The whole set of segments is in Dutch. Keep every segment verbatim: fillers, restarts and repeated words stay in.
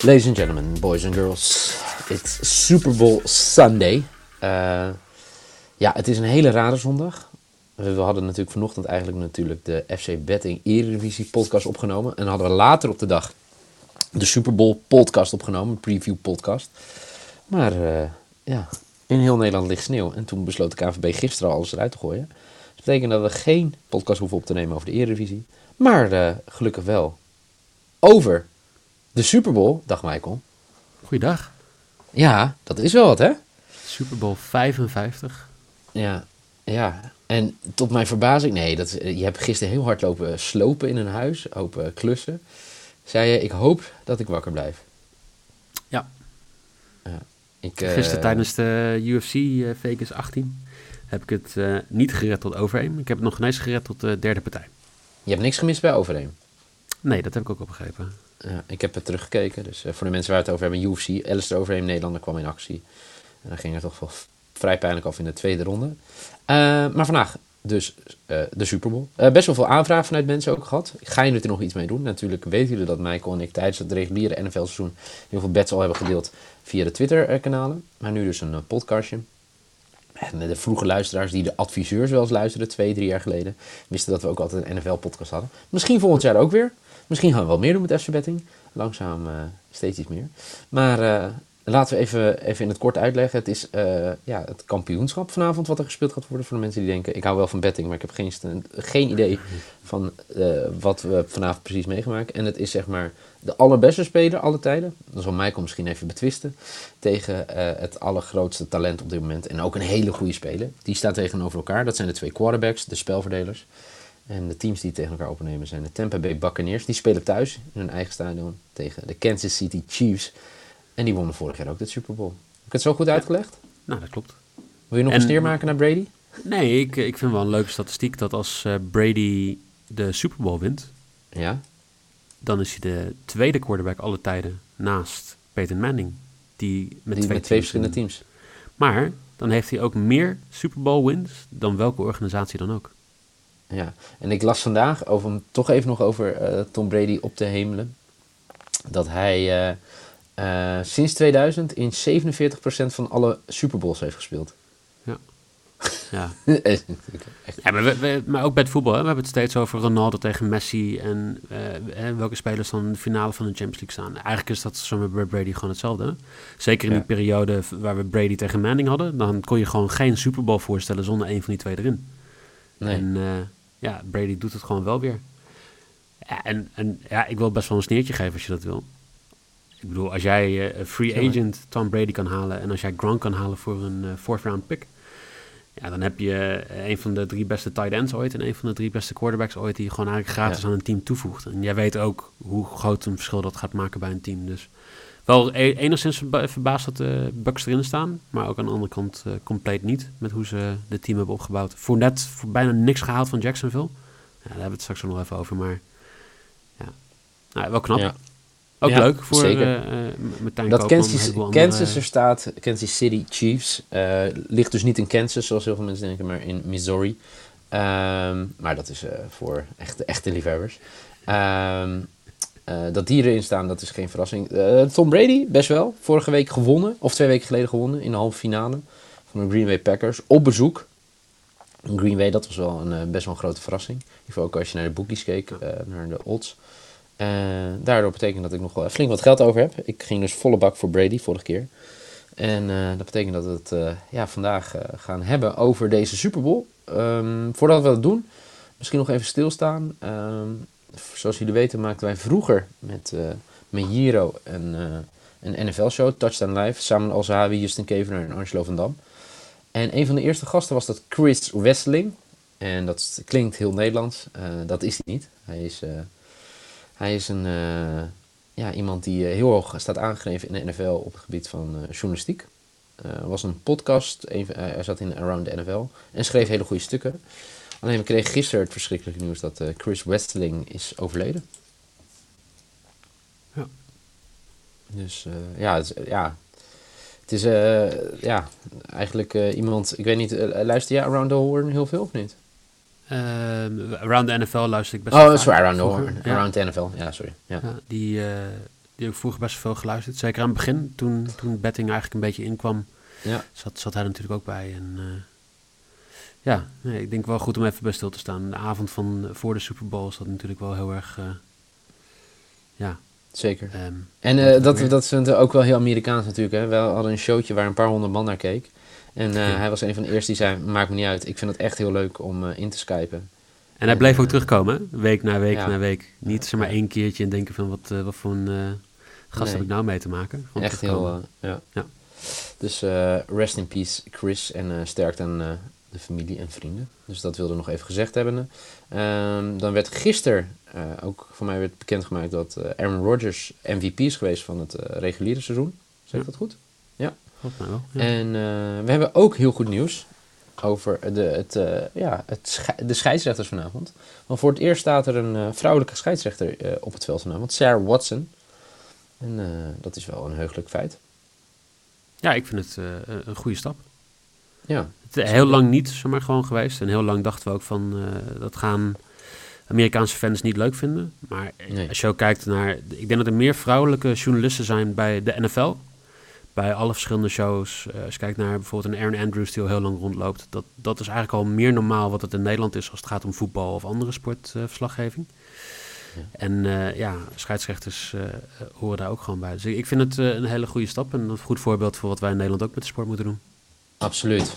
Ladies and gentlemen, boys and girls, it's Super Bowl Sunday. Uh, ja, het is een hele rare zondag. We hadden natuurlijk vanochtend eigenlijk natuurlijk de F C Betting Eredivisie podcast opgenomen. En hadden we later op de dag de Super Bowl podcast opgenomen, preview podcast. Maar uh, ja, in heel Nederland ligt sneeuw. En toen besloot de K N V B gisteren al alles eruit te gooien. Dat betekent dat we geen podcast hoeven op te nemen over de Eredivisie. Maar uh, gelukkig wel over de Super Bowl. Dag Michael. Goeiedag. Ja, dat is wel wat, hè? Super Bowl vijfenvijftig. Ja, ja. En tot mijn verbazing, nee, dat is, je hebt gisteren heel hard lopen slopen in een huis, lopen klussen. Zei je, ik hoop dat ik wakker blijf. Ja. ja ik, Gisteren uh, tijdens de U F C uh, Vegas achttien heb ik het uh, niet gered tot overeem. Ik heb het nog ineens gered tot de derde partij. Je hebt niks gemist bij overeem? Nee, dat heb ik ook opgegrepen. Ja, ik heb het teruggekeken. Dus uh, voor de mensen waar het over hebben, U F C, Alistair Overeem, Nederlander, kwam in actie. En dan ging het toch wel vrij pijnlijk af in de tweede ronde. Uh, maar vandaag dus uh, de Super Bowl. Uh, best wel veel aanvragen vanuit mensen ook gehad. Ga je er nog iets mee doen? Natuurlijk weten jullie dat Michael en ik tijdens het reguliere N F L-seizoen heel veel bets al hebben gedeeld via de Twitter-kanalen. Maar nu dus een uh, podcastje. En de vroege luisteraars die de adviseurs wel eens luisterden, twee, drie jaar geleden, wisten dat we ook altijd een N F L-podcast hadden. Misschien volgend jaar ook weer. Misschien gaan we wel meer doen met F C Betting. Langzaam uh, steeds iets meer. Maar uh, laten we even, even in het kort uitleggen. Het is uh, ja, het kampioenschap vanavond wat er gespeeld gaat worden. Voor de mensen die denken, ik hou wel van betting, maar ik heb geen, geen idee van uh, wat we vanavond precies meegemaakt. En het is zeg maar de allerbeste speler alle tijden. Dat zal Michael misschien even betwisten. Tegen uh, het allergrootste talent op dit moment. En ook een hele goede speler. Die staat tegenover elkaar. Dat zijn de twee quarterbacks, de spelverdelers. En de teams die tegen elkaar opnemen zijn de Tampa Bay Buccaneers. Die spelen thuis in hun eigen stadion tegen de Kansas City Chiefs. En die wonnen vorig jaar ook de Super Bowl. Heb ik het zo goed uitgelegd? Nou, dat klopt. Wil je nog en, een steer maken naar Brady? Nee, ik, ik vind wel een leuke statistiek dat als uh, Brady de Super Bowl wint, ja? dan is hij de tweede quarterback alle tijden naast Peyton Manning. Die met die twee, met twee teams verschillende in. teams. Maar dan heeft hij ook meer Super Bowl wins dan welke organisatie dan ook. Ja, en ik las vandaag, over, om toch even nog over uh, Tom Brady op te hemelen, dat hij uh, uh, sinds tweeduizend in zevenenveertig procent van alle Super Bowls heeft gespeeld. Ja. Ja. ja maar, we, we, maar ook bij het voetbal, hè? We hebben het steeds over Ronaldo tegen Messi en uh, welke spelers dan in de finale van de Champions League staan. Eigenlijk is dat zo met Brady gewoon hetzelfde. Hè? Zeker in ja. die periode waar we Brady tegen Manning hadden, dan kon je gewoon geen Super Bowl voorstellen zonder een van die twee erin. Nee. En uh, ja, Brady doet het gewoon wel weer. Ja, en, en ja, ik wil best wel een sneertje geven als je dat wil. Ik bedoel, als jij een uh, free agent Tom Brady kan halen en als jij Gronk kan halen voor een uh, fourth round pick, ja, dan heb je uh, een van de drie beste tight ends ooit en een van de drie beste quarterbacks ooit die je gewoon eigenlijk gratis ja. aan een team toevoegt. En jij weet ook hoe groot een verschil dat gaat maken bij een team. Dus wel e- enigszins verba- verbaasd dat de Bucks erin staan, maar ook aan de andere kant uh, compleet niet met hoe ze de team hebben opgebouwd. Voor net voor bijna niks gehaald van Jacksonville. Ja, daar hebben we het straks ook nog even over, maar ja, nou, wel knap. Ja. Ook ja, leuk voor uh, uh, Martijn dat Koopman. Kansas, Kansas er staat, Kansas City Chiefs, uh, ligt dus niet in Kansas zoals heel veel mensen denken, maar in Missouri. Um, maar dat is uh, voor echte, echte liefhebbers. Um, uh, dat die erin staan, dat is geen verrassing. Uh, Tom Brady, best wel. Vorige week gewonnen, of twee weken geleden gewonnen, in de halve finale van de Green Bay Packers. Op bezoek. Green Bay, dat was wel een, uh, best wel een grote verrassing. In ieder geval ook als je naar de bookies keek, uh, naar de odds. Uh, daardoor betekent dat ik nog wel flink wat geld over heb. Ik ging dus volle bak voor Brady vorige keer. En uh, dat betekent dat we het uh, ja, vandaag uh, gaan hebben over deze Super Bowl. Um, voordat we dat doen, misschien nog even stilstaan. Um, zoals jullie weten maakten wij vroeger met, uh, met Jiro een, uh, een N F L-show, Touchdown Live, samen met Al-Zahawi, Justin Kevenaar en Angelo van Dam. En een van de eerste gasten was dat Chris Wesseling. En dat klinkt heel Nederlands. Uh, dat is hij niet. Hij is... Uh, Hij is een, uh, ja, iemand die uh, heel hoog staat aangegeven in de N F L op het gebied van uh, journalistiek. Er uh, was een podcast, even, uh, hij zat in Around the N F L en schreef hele goede stukken. Alleen we kregen gisteren het verschrikkelijke nieuws dat uh, Chris Wesseling is overleden. Ja. Dus uh, ja, het is, ja, het is uh, ja, eigenlijk uh, iemand, ik weet niet, uh, luister jij Around the Horn heel veel of niet? Uh, around the N F L luister ik best wel. Oh, sorry, Around the Horn. Ja. Around the N F L, ja, sorry. Ja. Ja, die, uh, die heb ik vroeger best veel geluisterd. Zeker aan het begin, toen, toen betting eigenlijk een beetje inkwam, Ja. zat, zat hij er natuurlijk ook bij. En uh, ja, nee, ik denk wel goed om even bij stil te staan. De avond van voor de Super Bowl is dat natuurlijk wel heel erg, uh, ja... Zeker. Um, en uh, dat, dat is ook wel heel Amerikaans natuurlijk. Hè? We hadden een showtje waar een paar honderd man naar keek. En uh, ja. hij was een van de eerste die zei, maakt me niet uit. Ik vind het echt heel leuk om uh, in te skypen. En hij en, bleef ook uh, terugkomen, hè? Week na week ja. na week. Niet ja. zeg maar één keertje en denken van, wat, uh, wat voor een uh, gast nee. heb ik nou mee te maken. Echt heel, uh, ja. ja. Dus uh, rest in peace Chris en uh, sterkte aan uh, de familie en vrienden. Dus dat wilde ik nog even gezegd hebben. Um, dan werd gisteren uh, ook voor mij werd bekendgemaakt dat uh, Aaron Rodgers M V P is geweest van het uh, reguliere seizoen. Zeg ik ja. dat goed? Ja. Nou, ja. En uh, we hebben ook heel goed nieuws over de, het, uh, ja, het sche- de scheidsrechters vanavond. Want voor het eerst staat er een uh, vrouwelijke scheidsrechter uh, op het veld vanavond, Sarah Watson. En uh, dat is wel een heugelijk feit. Ja, ik vind het uh, een goede stap. Ja. Het is heel lang niet zomaar gewoon geweest. En heel lang dachten we ook van, uh, dat gaan Amerikaanse fans niet leuk vinden. Maar nee. als je ook kijkt naar... Ik denk dat er meer vrouwelijke journalisten zijn bij de N F L. Bij alle verschillende shows. Uh, als je kijkt naar bijvoorbeeld een Aaron Andrews die al heel lang rondloopt. Dat, dat is eigenlijk al meer normaal wat het in Nederland is als het gaat om voetbal of andere sportverslaggeving. Uh, ja. En uh, ja, scheidsrechters uh, horen daar ook gewoon bij. Dus ik, ik vind het uh, een hele goede stap. En een goed voorbeeld voor wat wij in Nederland ook met de sport moeten doen. Absoluut.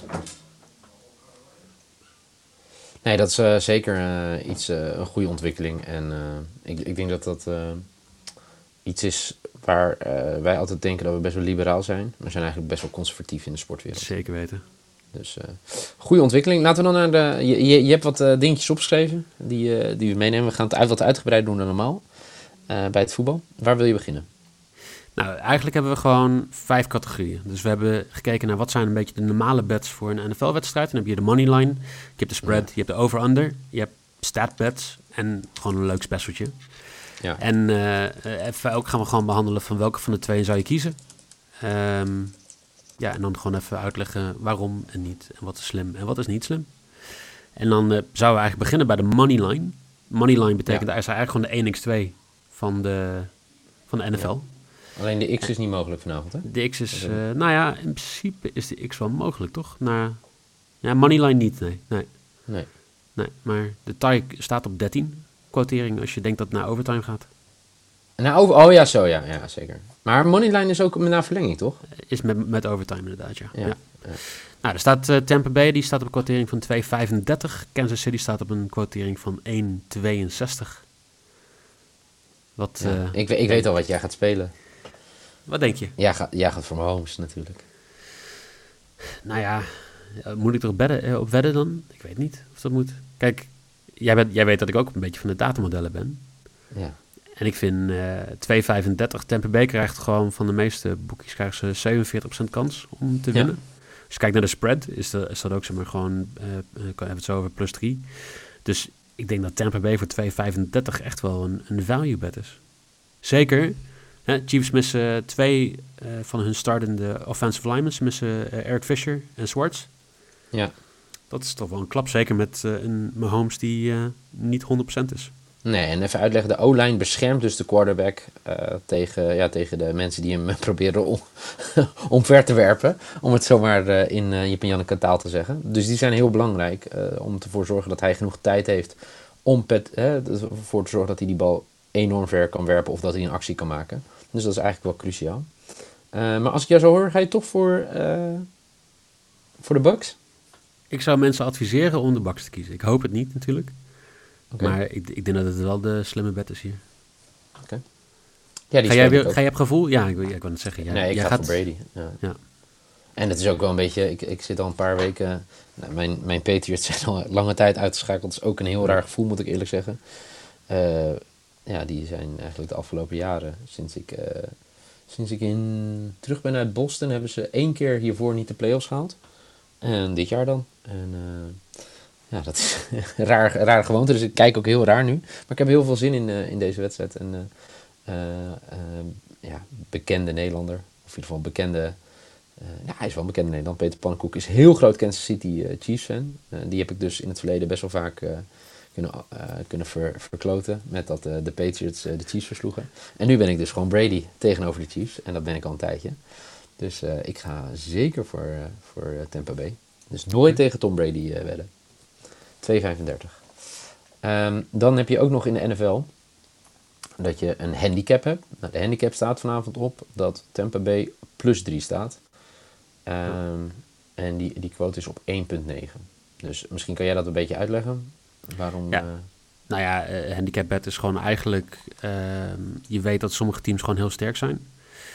Nee, dat is uh, zeker uh, iets, uh, een goede ontwikkeling. En uh, ik, ik denk dat dat uh, iets is waar uh, wij altijd denken dat we best wel liberaal zijn. Maar we zijn eigenlijk best wel conservatief in de sportwereld. Zeker weten. Dus uh, goede ontwikkeling. Laten we dan naar de... Je, je, je hebt wat uh, dingetjes opgeschreven die, uh, die we meenemen. We gaan het uit, wat uitgebreider doen dan normaal uh, bij het voetbal. Waar wil je beginnen? Nou, eigenlijk hebben we gewoon vijf categorieën. Dus we hebben gekeken naar wat zijn een beetje de normale bets voor een N F L-wedstrijd. Dan heb je de moneyline, je hebt de spread, ja. je hebt de over-under, je hebt stat bets en gewoon een leuk specialtje. Ja. En uh, even ook gaan we gewoon behandelen van welke van de twee zou je kiezen. Um, ja, en dan gewoon even uitleggen waarom en niet en wat is slim en wat is niet slim. En dan uh, zouden we eigenlijk beginnen bij de moneyline. Moneyline betekent ja. eigenlijk gewoon de één x twee van de, van de N F L. Ja. Alleen de X is niet mogelijk vanavond, hè? De X is, uh, nou ja, in principe is de X wel mogelijk, toch? Naar, ja, moneyline niet, nee. Nee. nee. nee maar de tie staat op dertien, quotering, als je denkt dat het naar overtime gaat. Nou, over, oh ja, zo, ja, ja, zeker. Maar moneyline is ook naar verlenging, toch? Is met, met overtime inderdaad, ja. ja, ja. ja. Nou, er staat uh, Tampa Bay, die staat op een quotering van twee komma vijfendertig. Kansas City staat op een quotering van één komma tweeënzestig. Wat, ja, uh, ik, ik weet al wat jij gaat spelen. Wat denk je? Jij gaat, jij gaat voor Mahomes natuurlijk. Nou ja, moet ik er op, bedden, op wedden dan? Ik weet niet of dat moet. Kijk, jij, bent, jij weet dat ik ook een beetje van de datamodellen ben. Ja. En ik vind uh, twee komma vijfendertig. Tampa Bay krijgt gewoon van de meeste boekjes krijgen ze zevenenveertig procent kans om te winnen. Ja. Als je kijkt naar de spread, is, de, is dat ook zeg maar gewoon, uh, uh, kan hebben het zo over plus drie. Dus ik denk dat Tampa Bay voor twee komma vijfendertig echt wel een, een value bet is. Zeker. Hè, Chiefs missen twee uh, van hun startende offensive linemen. Ze missen uh, Eric Fisher en Swartz. Ja. Dat is toch wel een klap. Zeker met uh, een Mahomes die uh, niet honderd procent is. Nee, en even uitleggen. De O-line beschermt dus de quarterback uh, tegen, ja, tegen de mensen die hem proberen om, omver te werpen. Om het zomaar uh, in uh, Jip en Janneke taal te zeggen. Dus die zijn heel belangrijk uh, om ervoor te zorgen dat hij genoeg tijd heeft om pet, uh, ervoor te zorgen dat hij die bal enorm ver kan werpen of dat hij een actie kan maken. Dus dat is eigenlijk wel cruciaal. Uh, maar als ik jou zo hoor, ga je toch voor, uh, voor de Bucks? Ik zou mensen adviseren om de Bucks te kiezen. Ik hoop het niet natuurlijk. Okay. Maar ik, ik denk dat het wel de slimme bet is hier. Oké. Okay. Ja, die ga jij weer, ga je op gevoel? Ja, ik, ik wil het zeggen. Jij, nee, ik jij ga gaat... voor Brady. Ja. Ja. En het is ook wel een beetje... Ik, ik zit al een paar weken... Nou, mijn, mijn Patriots zijn al lange tijd uitgeschakeld. Dat is ook een heel raar gevoel, moet ik eerlijk zeggen. Uh, ja, die zijn eigenlijk de afgelopen jaren... Sinds ik, uh, sinds ik in, terug ben uit Boston... hebben ze één keer hiervoor niet de playoffs gehaald. En dit jaar dan. En... Uh, Ja, dat is een raar, rare gewoonte, dus ik kijk ook heel raar nu. Maar ik heb heel veel zin in, uh, in deze wedstrijd. En uh, uh, uh, ja, bekende Nederlander, of in ieder geval bekende... Uh, nou, hij is wel een bekende Nederlander. Peter Pannenkoek is heel groot Kansas City uh, Chiefs fan. Uh, die heb ik dus in het verleden best wel vaak uh, kunnen, uh, kunnen ver, verkloten met dat uh, de Patriots uh, de Chiefs versloegen. En nu ben ik dus gewoon Brady tegenover de Chiefs. En dat ben ik al een tijdje. Dus uh, ik ga zeker voor, uh, voor uh, Tampa Bay. Dus nooit tegen Tom Brady uh, wedden. twee vijfendertig. Um, dan heb je ook nog in de N F L dat je een handicap hebt. Nou, de handicap staat vanavond op dat Tampa Bay plus drie staat. Um, en die, die quote is op één komma negen. Dus misschien kan jij dat een beetje uitleggen. Waarom... Ja. Uh... Nou ja, uh, handicap bet is gewoon eigenlijk... Uh, je weet dat sommige teams gewoon heel sterk zijn.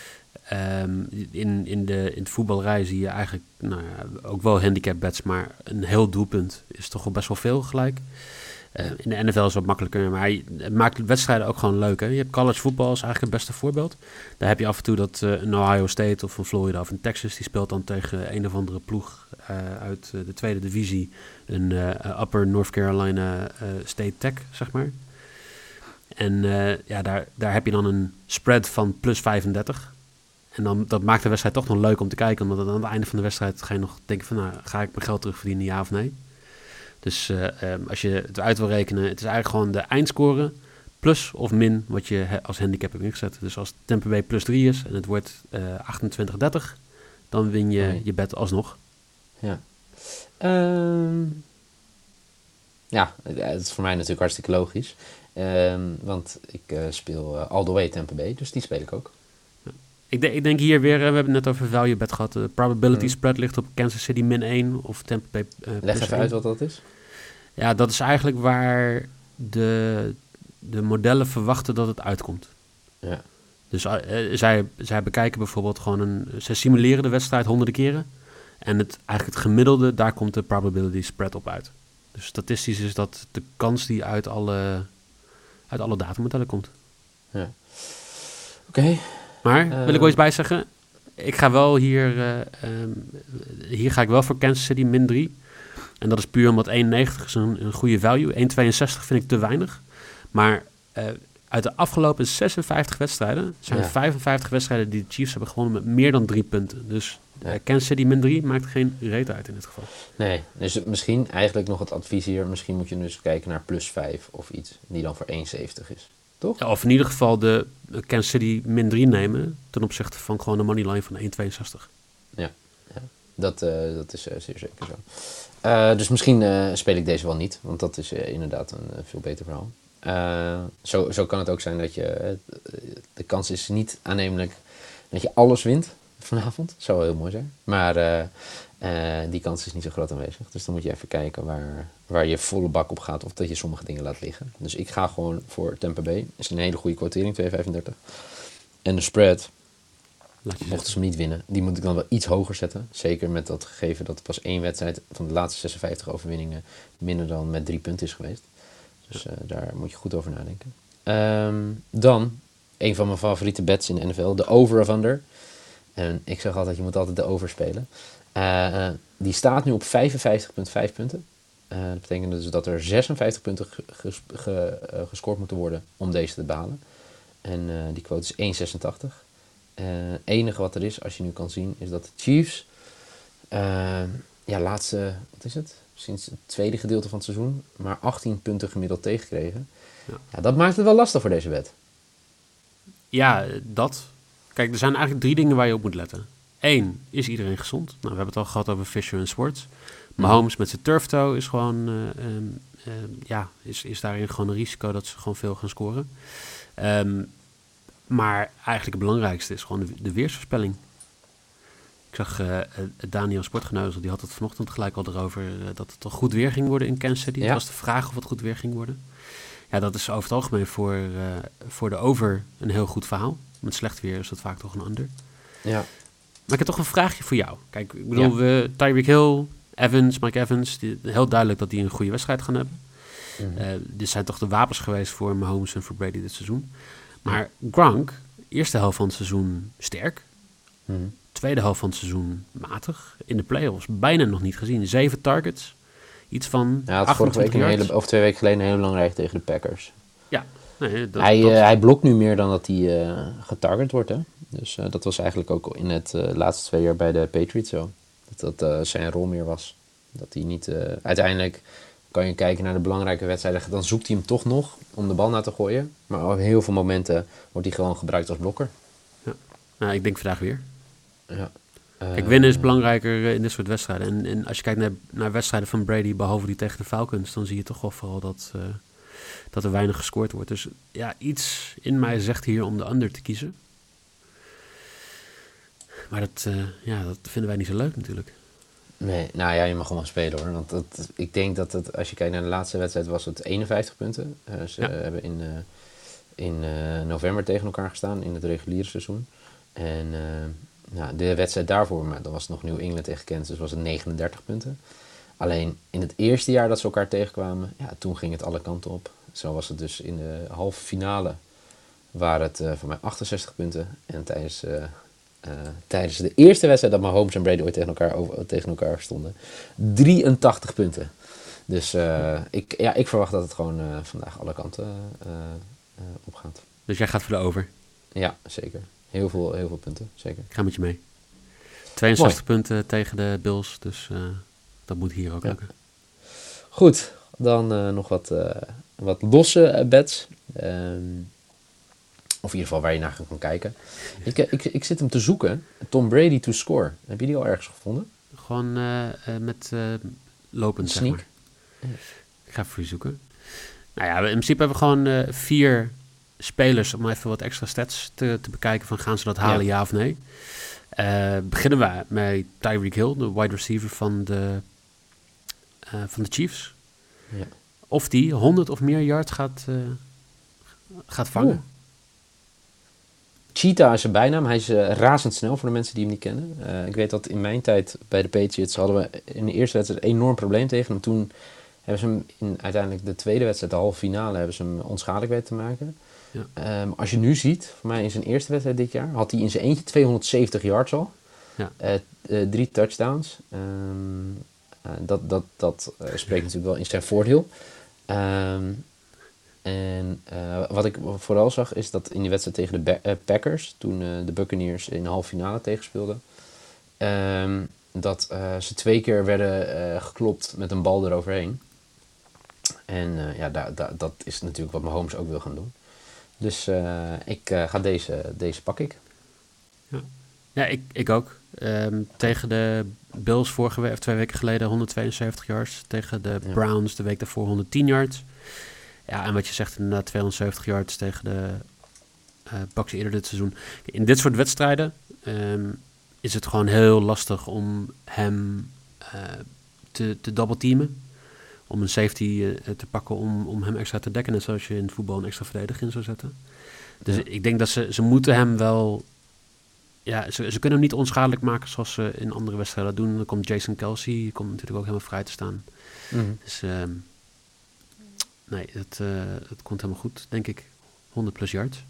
Um, in, in, de, in het voetbalrij zie je eigenlijk nou ja, ook wel handicap bets, maar een heel doelpunt is toch wel best wel veel gelijk. Uh, in de N F L is het wat makkelijker, maar het maakt wedstrijden ook gewoon leuk. Hè? Je hebt college voetbal is eigenlijk het beste voorbeeld. Daar heb je af en toe dat uh, een Ohio State of een Florida of een Texas, die speelt dan tegen een of andere ploeg uh, uit uh, de tweede divisie, een uh, Upper North Carolina uh, State Tech, zeg maar. En uh, ja, daar, daar heb je dan een spread van plus vijfendertig. En dan, dat maakt de wedstrijd toch nog leuk om te kijken, omdat aan het einde van de wedstrijd ga je nog denken van, nou, ga ik mijn geld terugverdienen, ja of nee? Dus uh, um, als je het uit wil rekenen, het is eigenlijk gewoon de eindscore plus of min wat je he- als handicap hebt ingezet. Dus als Tampa Bay plus drie is en het wordt uh, achtentwintig dertig, dan win je okay. je bet alsnog. Ja. Um, ja, het is voor mij natuurlijk hartstikke logisch. Um, want ik uh, speel uh, all the way Tampa Bay, dus die speel ik ook. Ik, de, ik denk hier weer, uh, we hebben het net over value bet gehad. De probability mm. spread ligt op Kansas City min één of Tampa Bay uh, Leg even één. uit wat dat is. Ja, dat is eigenlijk waar de, de modellen verwachten dat het uitkomt. Ja. Dus uh, zij, zij bekijken bijvoorbeeld gewoon een... Zij simuleren de wedstrijd honderden keren. En het, eigenlijk het gemiddelde, daar komt de probability spread op uit. Dus statistisch is dat de kans die uit alle, uit alle datamodellen komt. Ja. Oké. Okay. Maar, uh, wil ik wel iets bij zeggen? Ik ga wel hier... Uh, um, hier ga ik wel voor Kansas City min drie. En dat is puur omdat één komma negentig is een, een goede value. één komma tweeënzestig vind ik te weinig. Maar uh, uit de afgelopen zesenvijftig wedstrijden... zijn er ja. vijfenvijftig wedstrijden die de Chiefs hebben gewonnen met meer dan drie punten. Dus ja. uh, Kansas City min drie maakt geen reet uit in dit geval. Nee, dus misschien eigenlijk nog het advies hier... misschien moet je dus kijken naar plus vijf of iets... die dan voor één komma zeventig is. Toch? Ja, of in ieder geval de Kansas City min drie nemen... ten opzichte van gewoon de moneyline van één komma tweeënzestig. Ja, ja. Dat, uh, dat is uh, zeer zeker zo. Uh, dus misschien uh, speel ik deze wel niet, want dat is uh, inderdaad een uh, veel beter verhaal. Uh, zo, zo kan het ook zijn dat je... Uh, de kans is niet aannemelijk dat je alles wint vanavond. Dat zou wel heel mooi zijn. Maar uh, uh, die kans is niet zo groot aanwezig. Dus dan moet je even kijken waar, waar je volle bak op gaat of dat je sommige dingen laat liggen. Dus ik ga gewoon voor Tampa Bay. Dat is een hele goede quotering, twee komma vijfendertig. En de spread... mochten ze hem niet winnen, die moet ik dan wel iets hoger zetten. Zeker met dat gegeven dat er pas één wedstrijd van de laatste zesenvijftig overwinningen minder dan met drie punten is geweest. Dus uh, daar moet je goed over nadenken. Um, dan, een van mijn favoriete bets in de N F L, de over of under. En ik zeg altijd, je moet altijd de over spelen. Uh, uh, die staat nu op vijfenvijftig komma vijf punten. Uh, dat betekent dus dat er zesenvijftig punten ges- ge- uh, gescoord moeten worden om deze te behalen. En uh, die quote is één komma zesentachtig. Het uh, enige wat er is, als je nu kan zien, is dat de Chiefs, uh, ja, laatste, wat is het? Sinds het tweede gedeelte van het seizoen, maar achttien punten gemiddeld tegenkregen. Ja. Ja, dat maakt het wel lastig voor deze wet. Ja, dat. Kijk, er zijn eigenlijk drie dingen waar je op moet letten. Eén, is iedereen gezond? Nou, we hebben het al gehad over Fisher en Swartz. Mahomes met zijn turf toe is gewoon, uh, um, uh, ja, is, is daarin gewoon een risico dat ze gewoon veel gaan scoren. Um, Maar eigenlijk het belangrijkste is gewoon de, de weersvoorspelling. Ik zag uh, Daniel Sportgeneuzel, die had het vanochtend gelijk al erover... Uh, dat het toch goed weer ging worden in Kansas City. Ja. Het was de vraag of het goed weer ging worden. Ja, dat is over het algemeen voor, uh, voor de over een heel goed verhaal. Met slecht weer is dat vaak toch een under. Ja. Maar ik heb toch een vraagje voor jou. Kijk, ik bedoel, ja. uh, Tyreek Hill, Evans, Mike Evans... Die, heel duidelijk dat die een goede wedstrijd gaan hebben. Mm-hmm. Uh, dit zijn toch de wapens geweest voor Mahomes en voor Brady dit seizoen. Maar Gronk, eerste helft van het seizoen sterk. Hmm. Tweede helft van het seizoen matig. In de playoffs bijna nog niet gezien. Zeven targets. Iets van ja, het vorige week een hele, of twee weken geleden een hele belangrijke tegen de Packers. Ja. Nee, dat, hij, dat... Uh, hij blokt nu meer dan dat hij uh, getarget wordt. Hè? Dus uh, dat was eigenlijk ook in het uh, laatste twee jaar bij de Patriots zo. Dat dat uh, zijn rol meer was. Dat hij niet uh, uiteindelijk... kan je kijken naar de belangrijke wedstrijden. Dan zoekt hij hem toch nog om de bal naar te gooien. Maar op heel veel momenten wordt hij gewoon gebruikt als blokker. Ja. Nou, ik denk vandaag weer. Ja. Kijk, winnen is belangrijker in dit soort wedstrijden. En, en als je kijkt naar, naar wedstrijden van Brady, behalve die tegen de Falcons, dan zie je toch wel vooral dat, uh, dat er weinig gescoord wordt. Dus ja, iets in mij zegt hier om de under te kiezen. Maar dat, uh, ja, dat vinden wij niet zo leuk natuurlijk. Nee, nou ja, je mag gewoon spelen hoor. Want dat, ik denk dat het, als je kijkt naar de laatste wedstrijd, was het eenenvijftig punten. Uh, ze ja. hebben in, uh, in uh, november tegen elkaar gestaan in het reguliere seizoen. En uh, nou, de wedstrijd daarvoor, maar dat was nog New England tegen Kansas, was het negenendertig punten. Alleen in het eerste jaar dat ze elkaar tegenkwamen, ja, toen ging het alle kanten op. Zo was het dus in de halve finale, waren het uh, voor mij achtenzestig punten. En tijdens... Uh, Uh, tijdens de eerste wedstrijd dat Mahomes en Brady ooit tegen elkaar, over, tegen elkaar stonden, drieëntachtig punten. Dus uh, ik, ja, ik verwacht dat het gewoon uh, vandaag alle kanten uh, uh, opgaat. Dus jij gaat voor de over? Ja, zeker. Heel veel, heel veel punten, zeker. Ik ga met je mee. tweeënzestig Mooi. Punten tegen de Bills, dus uh, dat moet hier ook ja. lukken. Goed, dan uh, nog wat, uh, wat losse uh, bets. Um, Of in ieder geval waar je naar kan kijken. Ik, ik, ik zit hem te zoeken. Tom Brady to score. Heb je die al ergens gevonden? Gewoon uh, uh, met uh, lopend, Sneak. zeg maar. Ja. Ik ga even zoeken. Nou ja, in principe hebben we gewoon uh, vier spelers om even wat extra stats te, te bekijken van gaan ze dat halen, ja, ja of nee. Uh, beginnen we met Tyreek Hill, de wide receiver van de, uh, van de Chiefs. Ja. Of die honderd of meer yards gaat, uh, gaat vangen. Oh. Cheetah is zijn bijnaam. Hij is uh, razendsnel voor de mensen die hem niet kennen. Uh, ik weet dat in mijn tijd bij de Patriots hadden we in de eerste wedstrijd een enorm probleem tegen hem. Toen hebben ze hem in uiteindelijk de tweede wedstrijd, de halve finale, hebben ze hem onschadelijk weten te maken. Ja. Um, als je nu ziet, voor mij in zijn eerste wedstrijd dit jaar, had hij in zijn eentje tweehonderdzeventig yards al. Ja. Uh, uh, drie touchdowns. Um, uh, dat dat, dat uh, spreekt natuurlijk wel in zijn voordeel. Um, En uh, wat ik vooral zag is dat in die wedstrijd tegen de ba- uh, Packers, toen uh, de Buccaneers in de halve finale tegenspeelden, um, dat uh, ze twee keer werden uh, geklopt met een bal eroverheen. En uh, ja, da- da- dat is natuurlijk wat Mahomes ook wil gaan doen. Dus uh, ik uh, ga deze, deze pak ik. Ja, ja ik, ik ook. Um, tegen de Bills vorige week, of twee weken geleden honderdtweeënzeventig yards. Tegen de ja. Browns de week daarvoor honderdtien yards. Ja, en wat je zegt, inderdaad tweehonderdzeventig yards tegen de uh, Bucks eerder dit seizoen. In dit soort wedstrijden um, is het gewoon heel lastig om hem uh, te, te double-teamen. Om een safety uh, te pakken om, om hem extra te dekken. Net zoals je in het voetbal een extra verdediger in zou zetten. Dus ja. ik denk dat ze, ze moeten hem wel... Ja, ze, ze kunnen hem niet onschadelijk maken zoals ze in andere wedstrijden doen. Dan komt Jason Kelce, die komt natuurlijk ook helemaal vrij te staan. Mm-hmm. Dus... Um, Nee, het, uh, het komt helemaal goed, denk ik. honderd plus yards.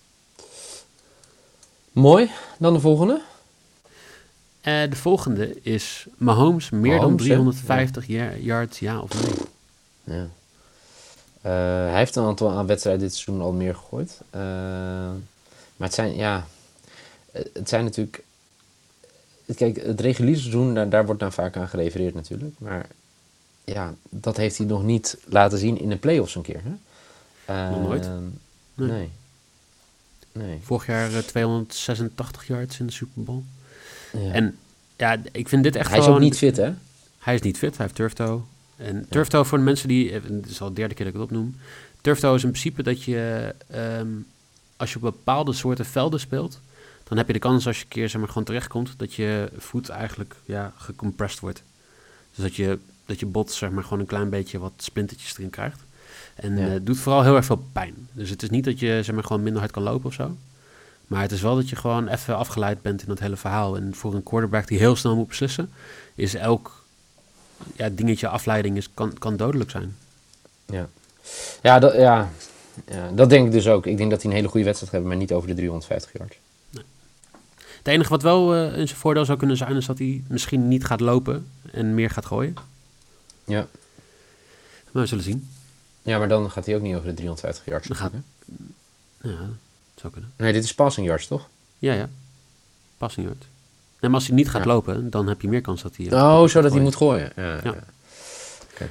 Mooi. Dan de volgende. Uh, de volgende is Mahomes meer Mahomes, dan driehonderdvijftig ja. yards, ja of nee? Ja. Uh, hij heeft een aantal aan wedstrijden dit seizoen al meer gegooid. Uh, maar het zijn, ja... Het zijn natuurlijk... Kijk, het reguliere seizoen, daar, daar wordt dan vaak aan gerefereerd natuurlijk. Maar... Ja, dat heeft hij nog niet laten zien in de play-offs een keer. Hè? Uh, nog nooit? Nee. nee. nee. Vorig jaar uh, tweehonderdzesentachtig yards in de Super Bowl. Ja. En ja, ik vind dit echt Hij gewoon... is ook niet fit, hè? Hij is niet fit, hij heeft turf toe. En ja. turf toe voor de mensen die... Het is al de derde keer dat ik het opnoem. Turf toe is in principe dat je... Um, als je op bepaalde soorten velden speelt... dan heb je de kans als je een keer zeg maar, gewoon terechtkomt... dat je voet eigenlijk ja, gecompressed wordt. Dus dat je... dat je bot zeg maar gewoon een klein beetje wat splintertjes erin krijgt. En het ja. uh, doet vooral heel erg veel pijn. Dus het is niet dat je zeg maar gewoon minder hard kan lopen of zo. Maar het is wel dat je gewoon even afgeleid bent in dat hele verhaal. En voor een quarterback die heel snel moet beslissen... is elk ja, dingetje afleiding is, kan, kan dodelijk zijn. Ja, ja, dat, ja. ja, dat denk ik dus ook. Ik denk dat hij een hele goede wedstrijd gaat hebben... maar niet over de driehonderdvijftig yards. Nee. Het enige wat wel uh, in zijn voordeel zou kunnen zijn... is dat hij misschien niet gaat lopen en meer gaat gooien. Ja. Maar we zullen zien. Ja, maar dan gaat hij ook niet over de driehonderdvijftig yards. Dan gaat... Ja, dat zou kunnen. Nee, dit is passing yards, toch? Ja, ja. Passing yards. Nee, maar als hij niet gaat ja. lopen, dan heb je meer kans dat hij... Uh, oh, zodat hij moet gooien. Ja, ja. ja. Okay.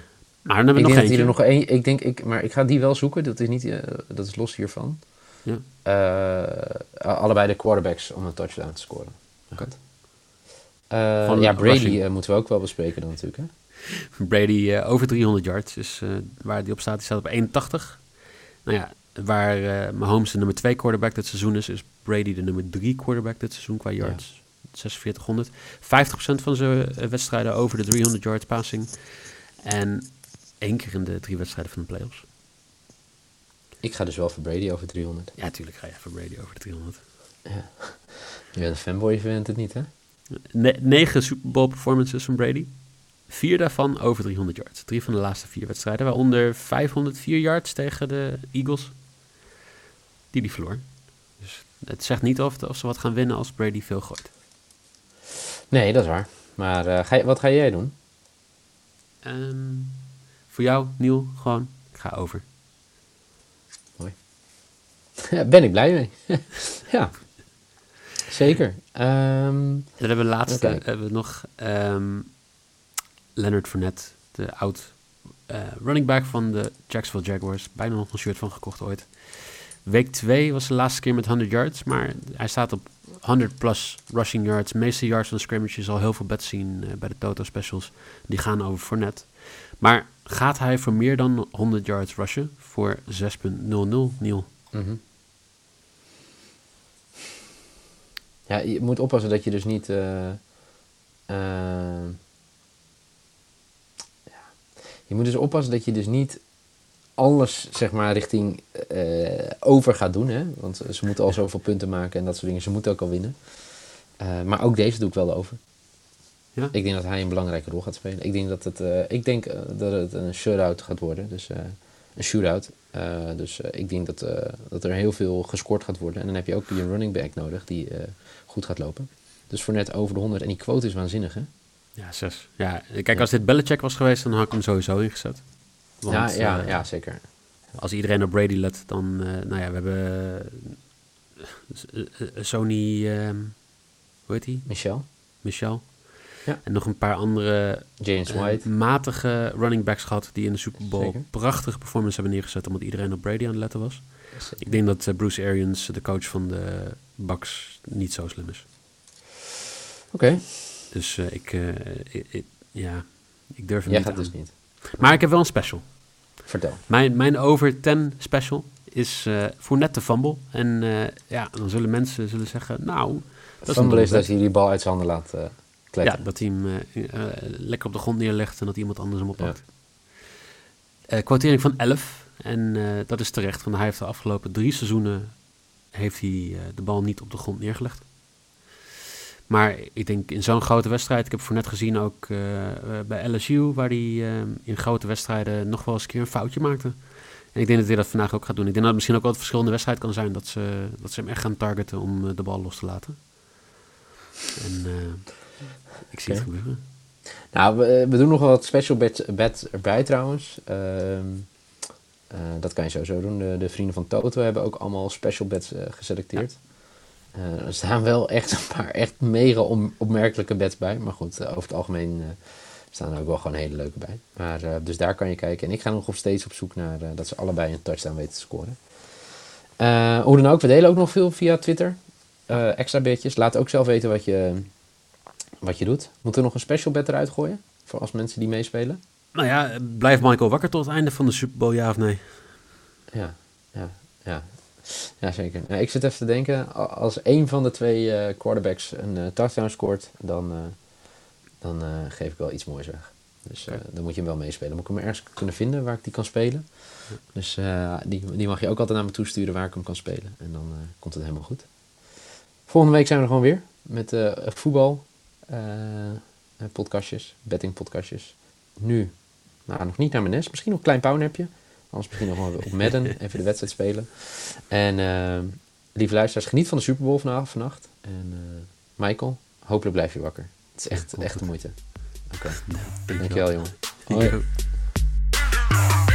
Maar dan hebben we ik nog denk eentje. dat er nog één, ik denk, ik, maar ik ga die wel zoeken. Dat is, niet, uh, dat is los hiervan. Ja. Uh, allebei de quarterbacks om een touchdown te scoren. Okay. Uh, Van ja, Brady uh, moeten we ook wel bespreken dan natuurlijk. Hè? Brady uh, over driehonderd yards. Dus uh, waar die op staat, die staat op eenentachtig. Nou ja, waar uh, Mahomes de nummer twee quarterback dit seizoen is, is Brady de nummer drie quarterback dit seizoen qua yards. Ja. zesenveertighonderd. vijftig procent van zijn uh, wedstrijden over de driehonderd yards passing. En één keer in de drie wedstrijden van de playoffs. Ik ga dus wel voor Brady over driehonderd. Ja, tuurlijk ga je voor Brady over de driehonderd. Ja. Je bent een fanboy, je vindt het niet, hè? Ne- negen Super Bowl performances van Brady. Vier daarvan over driehonderd yards. Drie van de laatste vier wedstrijden. Waaronder vijfhonderdvier yards tegen de Eagles. Die die verloor. Dus het zegt niet of, of ze wat gaan winnen als Brady veel gooit. Nee, dat is waar. Maar uh, ga je, wat ga jij doen? Um, voor jou, Niel, gewoon, ik ga over. Mooi. Ja, ben ik blij mee. Ja, zeker. Um, Dan hebben we laatste, hebben we nog um, Leonard Fournette, de oud uh, running back van de Jacksonville Jaguars. Bijna nog een shirt van gekocht ooit. Week twee was de laatste keer met honderd yards, maar hij staat op honderd plus rushing yards. De meeste yards van de scrimmage. Je zal heel veel bets zien uh, bij de Toto specials. Die gaan over Fournette. Maar gaat hij voor meer dan honderd yards rushen voor zes komma nul nul, Niel? Mm-hmm. Ja, je moet oppassen dat je dus niet... Uh, uh, ja. Je moet dus oppassen dat je dus niet alles, zeg maar, richting uh, over gaat doen. Hè? Want ze moeten al zoveel punten maken en dat soort dingen. Ze moeten ook al winnen. Uh, maar ook deze doe ik wel over. Ja? Ik denk dat hij een belangrijke rol gaat spelen. Ik denk dat het, uh, ik denk, uh, dat het een shutout gaat worden. Dus uh, een shootout. Uh, dus uh, ik denk dat, uh, dat er heel veel gescoord gaat worden. En dan heb je ook je running back nodig die uh, goed gaat lopen. Dus voor net over de honderd. En die quote is waanzinnig, hè? Ja, zes. Ja, kijk, als dit Belichick was geweest, dan had ik hem sowieso ingezet. Want, ja, ja, uh, ja, zeker. Als iedereen op Brady let, dan... Uh, nou ja, we hebben... Uh, Sony... Uh, hoe heet die? Michel. Michel. Ja. En nog een paar andere James White. Uh, matige running backs gehad die in de Super Bowl zeker. prachtige performance hebben neergezet omdat iedereen op Brady aan het letten was. Zeker. Ik denk dat uh, Bruce Arians, de coach van de Bucks, niet zo slim is. Oké. Okay. Dus uh, ik, uh, ik, ik... Ja, ik durf hem Jij niet gaat aan. dus niet. Maar ik heb wel een special. Vertel. Mijn, mijn over tien special is uh, voor net de fumble. En uh, ja, dan zullen mensen zullen zeggen, nou... Dat fumble is dat hij die bal uit zijn handen laat uh, kletteren. Ja, dat hij hem uh, uh, lekker op de grond neerlegt en dat iemand anders hem oppakt. Ja. Uh, quotering van elf. En uh, dat is terecht, want hij heeft de afgelopen drie seizoenen heeft hij uh, de bal niet op de grond neergelegd. Maar ik denk in zo'n grote wedstrijd, ik heb voor net gezien ook uh, uh, bij L S U, waar hij uh, in grote wedstrijden nog wel eens een keer een foutje maakte. En ik denk dat hij dat vandaag ook gaat doen. Ik denk dat het misschien ook wel het verschil in de wedstrijd kan zijn, dat ze, dat ze hem echt gaan targeten om uh, de bal los te laten. En uh, ik zie okay. het gebeuren. Nou, we, we doen nog wel wat special bet, bet erbij trouwens. Uh, uh, dat kan je sowieso doen. De, de vrienden van Toto hebben ook allemaal special bets uh, geselecteerd. Ja. Uh, er staan wel echt een paar echt mega om, opmerkelijke bets bij. Maar goed, uh, over het algemeen uh, staan er ook wel gewoon hele leuke bij. Maar, uh, dus daar kan je kijken. En ik ga nog op steeds op zoek naar uh, dat ze allebei een touchdown weten te scoren. Uh, hoe dan ook, we delen ook nog veel via Twitter. Uh, extra betjes. Laat ook zelf weten wat je, wat je doet. Moeten we nog een special bet eruit gooien? Voor als mensen die meespelen? Nou ja, blijft Michael wakker tot het einde van de Super Bowl, ja of nee? Ja, ja, ja. Ja, zeker. Nou, ik zit even te denken, als één van de twee uh, quarterbacks een uh, touchdown scoort, dan, uh, dan uh, geef ik wel iets moois weg. Dus uh, dan moet je hem wel meespelen. Moet ik hem ergens kunnen vinden waar ik die kan spelen. Ja. Dus uh, die, die mag je ook altijd naar me toesturen waar ik hem kan spelen. En dan uh, komt het helemaal goed. Volgende week zijn we er gewoon weer met uh, voetbal, uh, podcastjes, betting podcastjes. Nu, nou nog niet naar mijn nest, misschien nog een klein powernapje. Anders misschien nog wel op Madden, even de wedstrijd spelen. En uh, lieve luisteraars, geniet van de Super Bowl vanavond, vannacht. En uh, Michael, hopelijk blijf je wakker. Het is echt, ja, echt de moeite. Oké, okay. Ja, dankjewel jongen. Hoi.